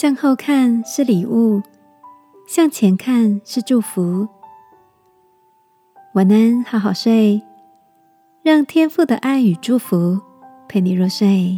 向后看是礼物，向前看是祝福。晚安，好好睡，让天父的爱与祝福陪你入睡。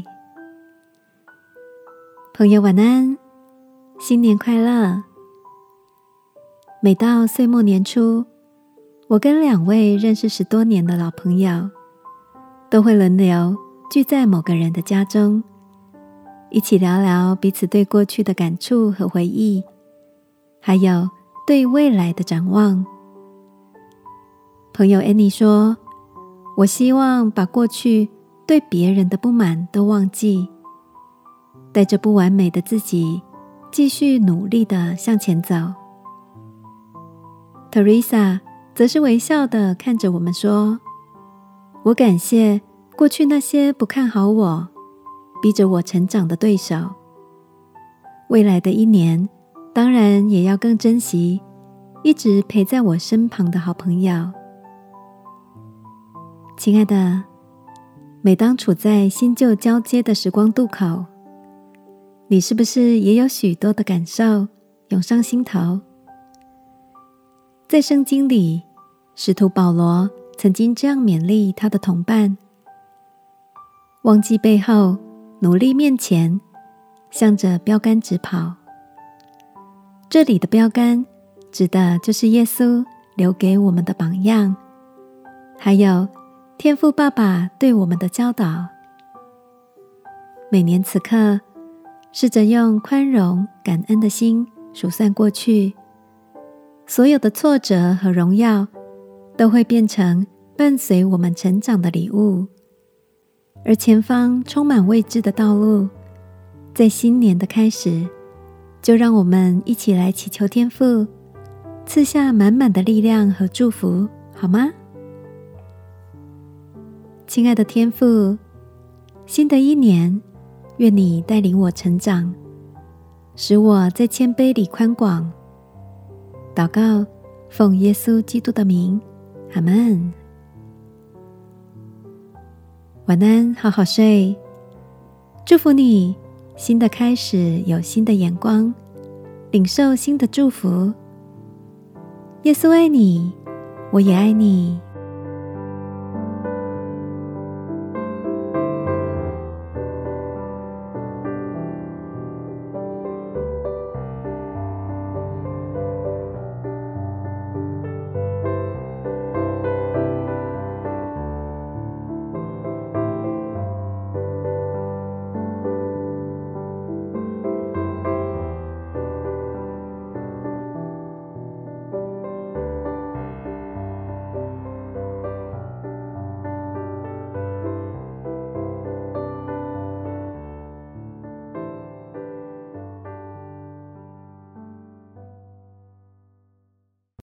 朋友晚安，新年快乐！每到岁末年初，我跟2位认识10多年的老朋友，都会轮流聚在某个人的家中，一起聊聊彼此对过去的感触和回忆，还有对未来的展望。朋友 Annie 说，我希望把过去对别人的不满都忘记，带着不完美的自己，继续努力地向前走。Teresa 则是微笑地看着我们说，我感谢过去那些不看好我，逼着我成长的对手。未来的1年，当然也要更珍惜一直陪在我身旁的好朋友。亲爱的，每当处在新旧交接的时光渡口，你是不是也有许多的感受涌上心头？在圣经里，使徒保罗曾经这样勉励他的同伴，忘记背后，努力面前，向着标杆直跑。这里的标杆指的就是耶稣留给我们的榜样，还有天父爸爸对我们的教导。每年此刻，试着用宽容感恩的心数算过去，所有的挫折和荣耀都会变成伴随我们成长的礼物。而前方充满未知的道路，在新年的开始，就让我们一起来祈求天父赐下满满的力量和祝福，好吗？亲爱的天父，新的1年，愿你带领我成长，使我在谦卑里宽广。祷告，奉耶稣基督的名，阿们。晚安，好好睡。祝福你，新的开始有新的眼光，领受新的祝福。耶稣爱你，我也爱你。